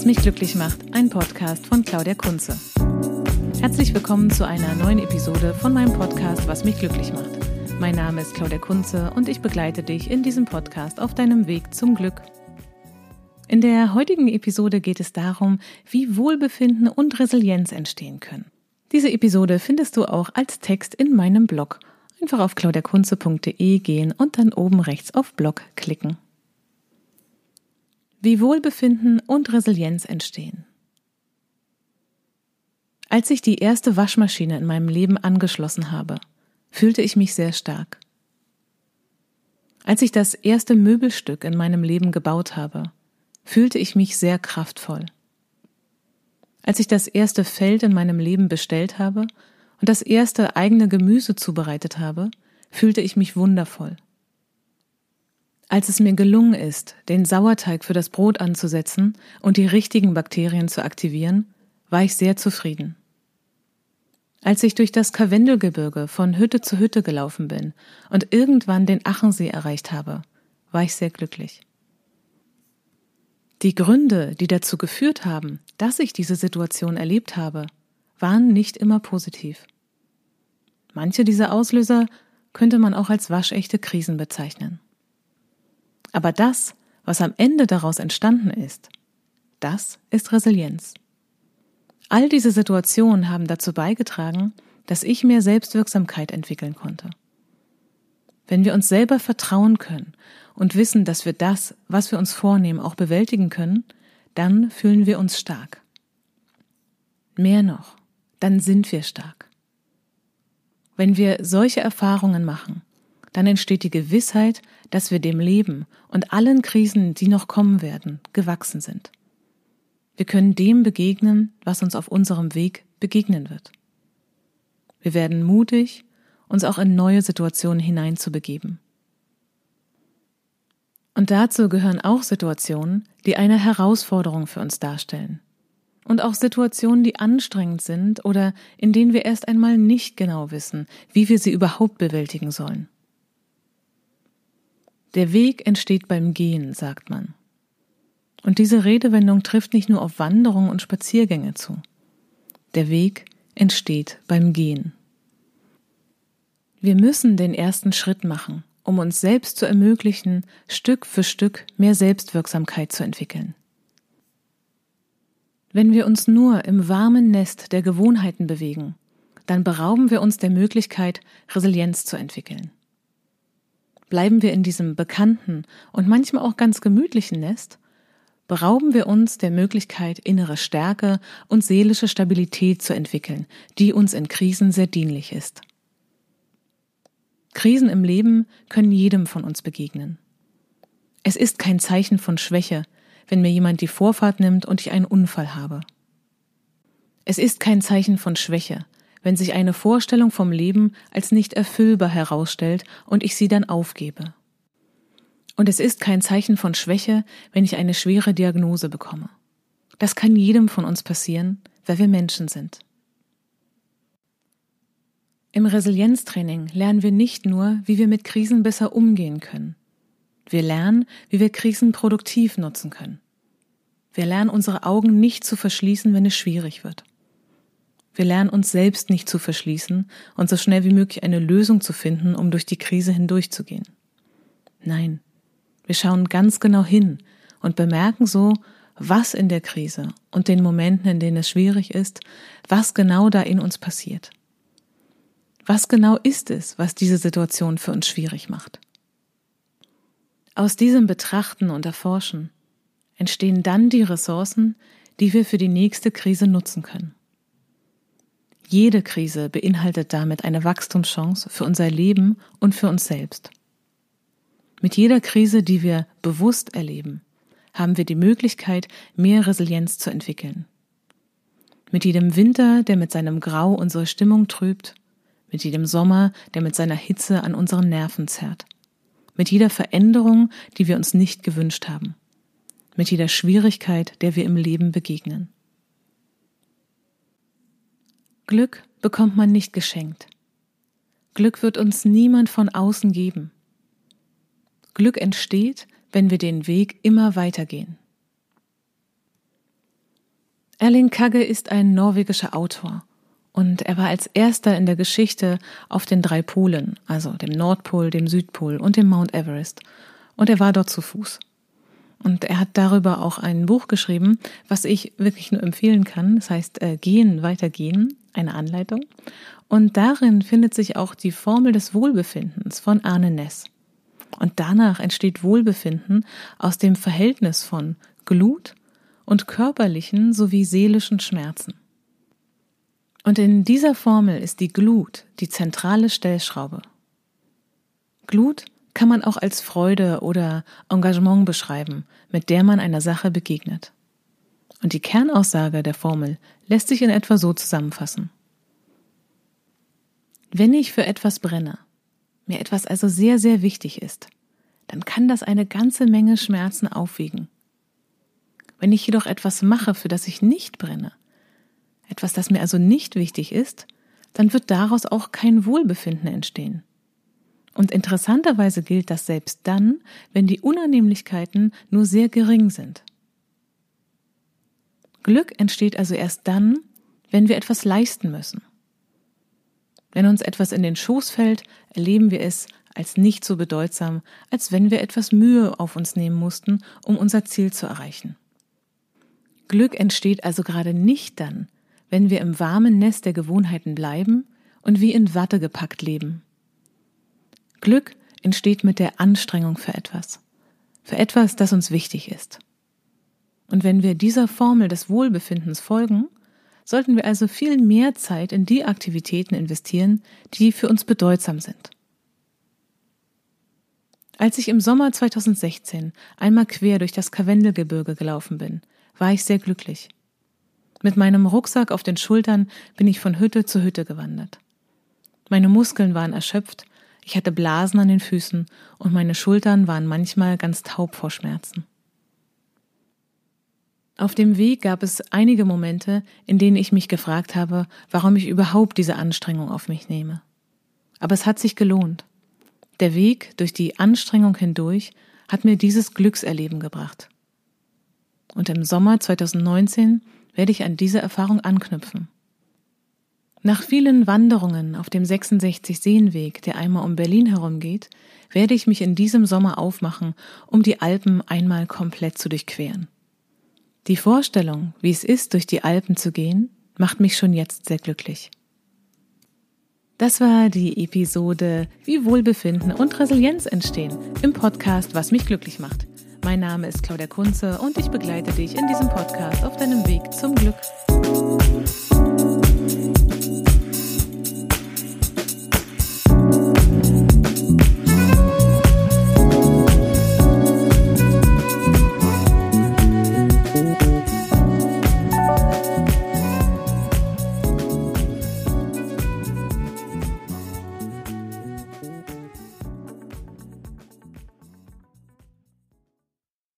mich glücklich macht, ein Podcast von Claudia Kunze. Herzlich willkommen zu einer neuen Episode von meinem Podcast, was mich glücklich macht. Mein Name ist Claudia Kunze und ich begleite dich in diesem Podcast auf deinem Weg zum Glück. In der heutigen Episode geht es darum, wie Wohlbefinden und Resilienz entstehen können. Diese Episode findest du auch als Text in meinem Blog. Einfach auf claudiakunze.de gehen und dann oben rechts auf Blog klicken. Wie Wohlbefinden und Resilienz entstehen. Als ich die erste Waschmaschine in meinem Leben angeschlossen habe, fühlte ich mich sehr stark. Als ich das erste Möbelstück in meinem Leben gebaut habe, fühlte ich mich sehr kraftvoll. Als ich das erste Feld in meinem Leben bestellt habe und das erste eigene Gemüse zubereitet habe, fühlte ich mich wundervoll. Als es mir gelungen ist, den Sauerteig für das Brot anzusetzen und die richtigen Bakterien zu aktivieren, war ich sehr zufrieden. Als ich durch das Karwendelgebirge von Hütte zu Hütte gelaufen bin und irgendwann den Achensee erreicht habe, war ich sehr glücklich. Die Gründe, die dazu geführt haben, dass ich diese Situation erlebt habe, waren nicht immer positiv. Manche dieser Auslöser könnte man auch als waschechte Krisen bezeichnen. Aber das, was am Ende daraus entstanden ist, das ist Resilienz. All diese Situationen haben dazu beigetragen, dass ich mehr Selbstwirksamkeit entwickeln konnte. Wenn wir uns selber vertrauen können und wissen, dass wir das, was wir uns vornehmen, auch bewältigen können, dann fühlen wir uns stark. Mehr noch, dann sind wir stark. Wenn wir solche Erfahrungen machen, dann entsteht die Gewissheit, dass wir dem Leben und allen Krisen, die noch kommen werden, gewachsen sind. Wir können dem begegnen, was uns auf unserem Weg begegnen wird. Wir werden mutig, uns auch in neue Situationen hineinzubegeben. Und dazu gehören auch Situationen, die eine Herausforderung für uns darstellen. Und auch Situationen, die anstrengend sind oder in denen wir erst einmal nicht genau wissen, wie wir sie überhaupt bewältigen sollen. Der Weg entsteht beim Gehen, sagt man. Und diese Redewendung trifft nicht nur auf Wanderungen und Spaziergänge zu. Der Weg entsteht beim Gehen. Wir müssen den ersten Schritt machen, um uns selbst zu ermöglichen, Stück für Stück mehr Selbstwirksamkeit zu entwickeln. Wenn wir uns nur im warmen Nest der Gewohnheiten bewegen, dann berauben wir uns der Möglichkeit, Resilienz zu entwickeln. Bleiben wir in diesem bekannten und manchmal auch ganz gemütlichen Nest, berauben wir uns der Möglichkeit, innere Stärke und seelische Stabilität zu entwickeln, die uns in Krisen sehr dienlich ist. Krisen im Leben können jedem von uns begegnen. Es ist kein Zeichen von Schwäche, wenn mir jemand die Vorfahrt nimmt und ich einen Unfall habe. Es ist kein Zeichen von Schwäche, wenn sich eine Vorstellung vom Leben als nicht erfüllbar herausstellt und ich sie dann aufgebe. Und es ist kein Zeichen von Schwäche, wenn ich eine schwere Diagnose bekomme. Das kann jedem von uns passieren, weil wir Menschen sind. Im Resilienztraining lernen wir nicht nur, wie wir mit Krisen besser umgehen können. Wir lernen, wie wir Krisen produktiv nutzen können. Wir lernen, unsere Augen nicht zu verschließen, wenn es schwierig wird. Wir lernen, uns selbst nicht zu verschließen und so schnell wie möglich eine Lösung zu finden, um durch die Krise hindurchzugehen. Nein, wir schauen ganz genau hin und bemerken so, was in der Krise und den Momenten, in denen es schwierig ist, was genau da in uns passiert. Was genau ist es, was diese Situation für uns schwierig macht? Aus diesem Betrachten und Erforschen entstehen dann die Ressourcen, die wir für die nächste Krise nutzen können. Jede Krise beinhaltet damit eine Wachstumschance für unser Leben und für uns selbst. Mit jeder Krise, die wir bewusst erleben, haben wir die Möglichkeit, mehr Resilienz zu entwickeln. Mit jedem Winter, der mit seinem Grau unsere Stimmung trübt, mit jedem Sommer, der mit seiner Hitze an unseren Nerven zerrt, mit jeder Veränderung, die wir uns nicht gewünscht haben, mit jeder Schwierigkeit, der wir im Leben begegnen. Glück bekommt man nicht geschenkt. Glück wird uns niemand von außen geben. Glück entsteht, wenn wir den Weg immer weitergehen. Erling Kagge ist ein norwegischer Autor und er war als erster in der Geschichte auf den 3 Polen, also dem Nordpol, dem Südpol und dem Mount Everest, und er war dort zu Fuß. Und er hat darüber auch ein Buch geschrieben, was ich wirklich nur empfehlen kann. Das heißt Gehen, weitergehen, eine Anleitung. Und darin findet sich auch die Formel des Wohlbefindens von Arne Näss. Und danach entsteht Wohlbefinden aus dem Verhältnis von Glut und körperlichen sowie seelischen Schmerzen. Und in dieser Formel ist die Glut die zentrale Stellschraube. Glut kann man auch als Freude oder Engagement beschreiben, mit der man einer Sache begegnet. Und die Kernaussage der Formel lässt sich in etwa so zusammenfassen. Wenn ich für etwas brenne, mir etwas also sehr, sehr wichtig ist, dann kann das eine ganze Menge Schmerzen aufwiegen. Wenn ich jedoch etwas mache, für das ich nicht brenne, etwas, das mir also nicht wichtig ist, dann wird daraus auch kein Wohlbefinden entstehen. Und interessanterweise gilt das selbst dann, wenn die Unannehmlichkeiten nur sehr gering sind. Glück entsteht also erst dann, wenn wir etwas leisten müssen. Wenn uns etwas in den Schoß fällt, erleben wir es als nicht so bedeutsam, als wenn wir etwas Mühe auf uns nehmen mussten, um unser Ziel zu erreichen. Glück entsteht also gerade nicht dann, wenn wir im warmen Nest der Gewohnheiten bleiben und wie in Watte gepackt leben. Glück entsteht mit der Anstrengung für etwas, das uns wichtig ist. Und wenn wir dieser Formel des Wohlbefindens folgen, sollten wir also viel mehr Zeit in die Aktivitäten investieren, die für uns bedeutsam sind. Als ich im Sommer 2016 einmal quer durch das Karwendelgebirge gelaufen bin, war ich sehr glücklich. Mit meinem Rucksack auf den Schultern bin ich von Hütte zu Hütte gewandert. Meine Muskeln waren erschöpft, ich hatte Blasen an den Füßen und meine Schultern waren manchmal ganz taub vor Schmerzen. Auf dem Weg gab es einige Momente, in denen ich mich gefragt habe, warum ich überhaupt diese Anstrengung auf mich nehme. Aber es hat sich gelohnt. Der Weg durch die Anstrengung hindurch hat mir dieses Glückserleben gebracht. Und im Sommer 2019 werde ich an diese Erfahrung anknüpfen. Nach vielen Wanderungen auf dem 66-Seen-Weg, der einmal um Berlin herumgeht, werde ich mich in diesem Sommer aufmachen, um die Alpen einmal komplett zu durchqueren. Die Vorstellung, wie es ist, durch die Alpen zu gehen, macht mich schon jetzt sehr glücklich. Das war die Episode Wie Wohlbefinden und Resilienz entstehen im Podcast Was mich glücklich macht. Mein Name ist Claudia Kunze und ich begleite dich in diesem Podcast auf deinem Weg zum Glück.